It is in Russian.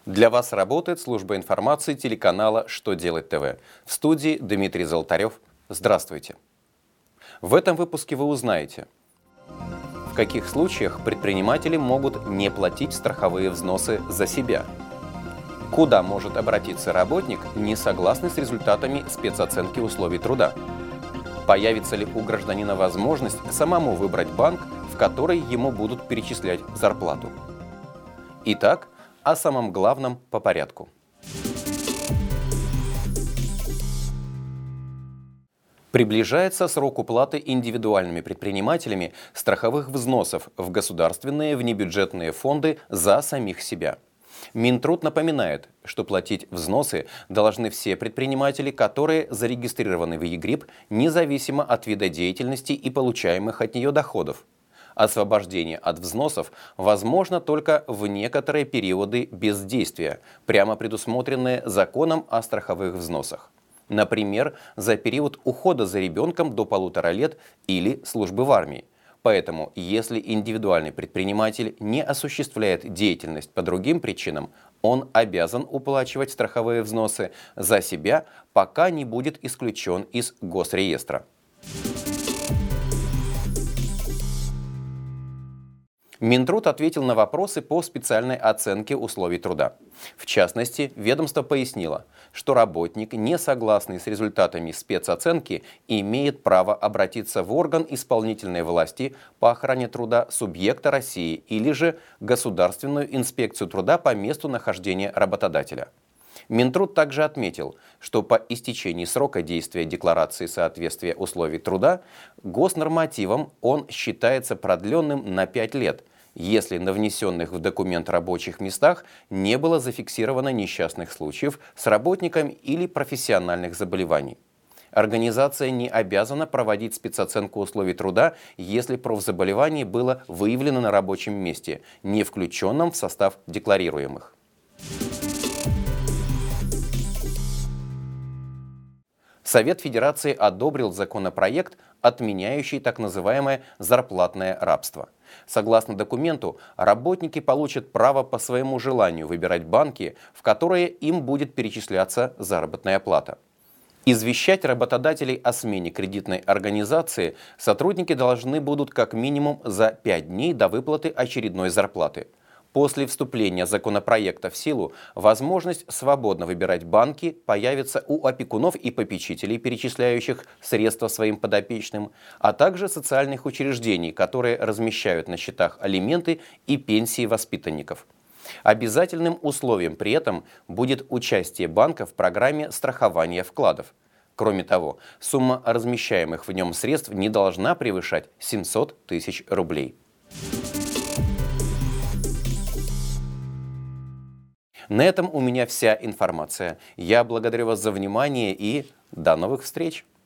Для вас работает служба информации телеканала «Что делать ТВ». В студии Дмитрий Золотарев. Здравствуйте. В этом выпуске вы узнаете, в каких случаях предприниматели могут не платить страховые взносы за себя, куда может обратиться работник, не согласный с результатами спецоценки условий труда, появится ли у гражданина возможность самому выбрать банк, в который ему будут перечислять зарплату. Итак, о самом главном по порядку. Приближается срок уплаты индивидуальными предпринимателями страховых взносов в государственные внебюджетные фонды за самих себя. Минтруд напоминает, что платить взносы должны все предприниматели, которые зарегистрированы в ЕГРИП, независимо от вида деятельности и получаемых от нее доходов. Освобождение от взносов возможно только в некоторые периоды бездействия, прямо предусмотренные законом о страховых взносах. Например, за период ухода за ребенком до 1,5 лет или службы в армии. Поэтому, если индивидуальный предприниматель не осуществляет деятельность по другим причинам, он обязан уплачивать страховые взносы за себя, пока не будет исключен из госреестра. Минтруд ответил на вопросы по специальной оценке условий труда. В частности, ведомство пояснило, что работник, не согласный с результатами спецоценки, имеет право обратиться в орган исполнительной власти по охране труда субъекта России или же Государственную инспекцию труда по месту нахождения работодателя. Минтруд также отметил, что по истечении срока действия декларации соответствия условий труда госнормативом он считается продленным на 5 лет, если на внесенных в документ рабочих местах не было зафиксировано несчастных случаев с работниками или профессиональных заболеваний. Организация не обязана проводить спецоценку условий труда, если профзаболевание было выявлено на рабочем месте, не включенном в состав декларируемых. Совет Федерации одобрил законопроект, отменяющий так называемое зарплатное рабство. Согласно документу, работники получат право по своему желанию выбирать банки, в которые им будет перечисляться заработная плата. Извещать работодателей о смене кредитной организации сотрудники должны будут как минимум за 5 дней до выплаты очередной зарплаты. После вступления законопроекта в силу возможность свободно выбирать банки появится у опекунов и попечителей, перечисляющих средства своим подопечным, а также социальных учреждений, которые размещают на счетах алименты и пенсии воспитанников. Обязательным условием при этом будет участие банка в программе страхования вкладов. Кроме того, сумма размещаемых в нем средств не должна превышать 700 тысяч рублей. На этом у меня вся информация. Я благодарю вас за внимание и до новых встреч!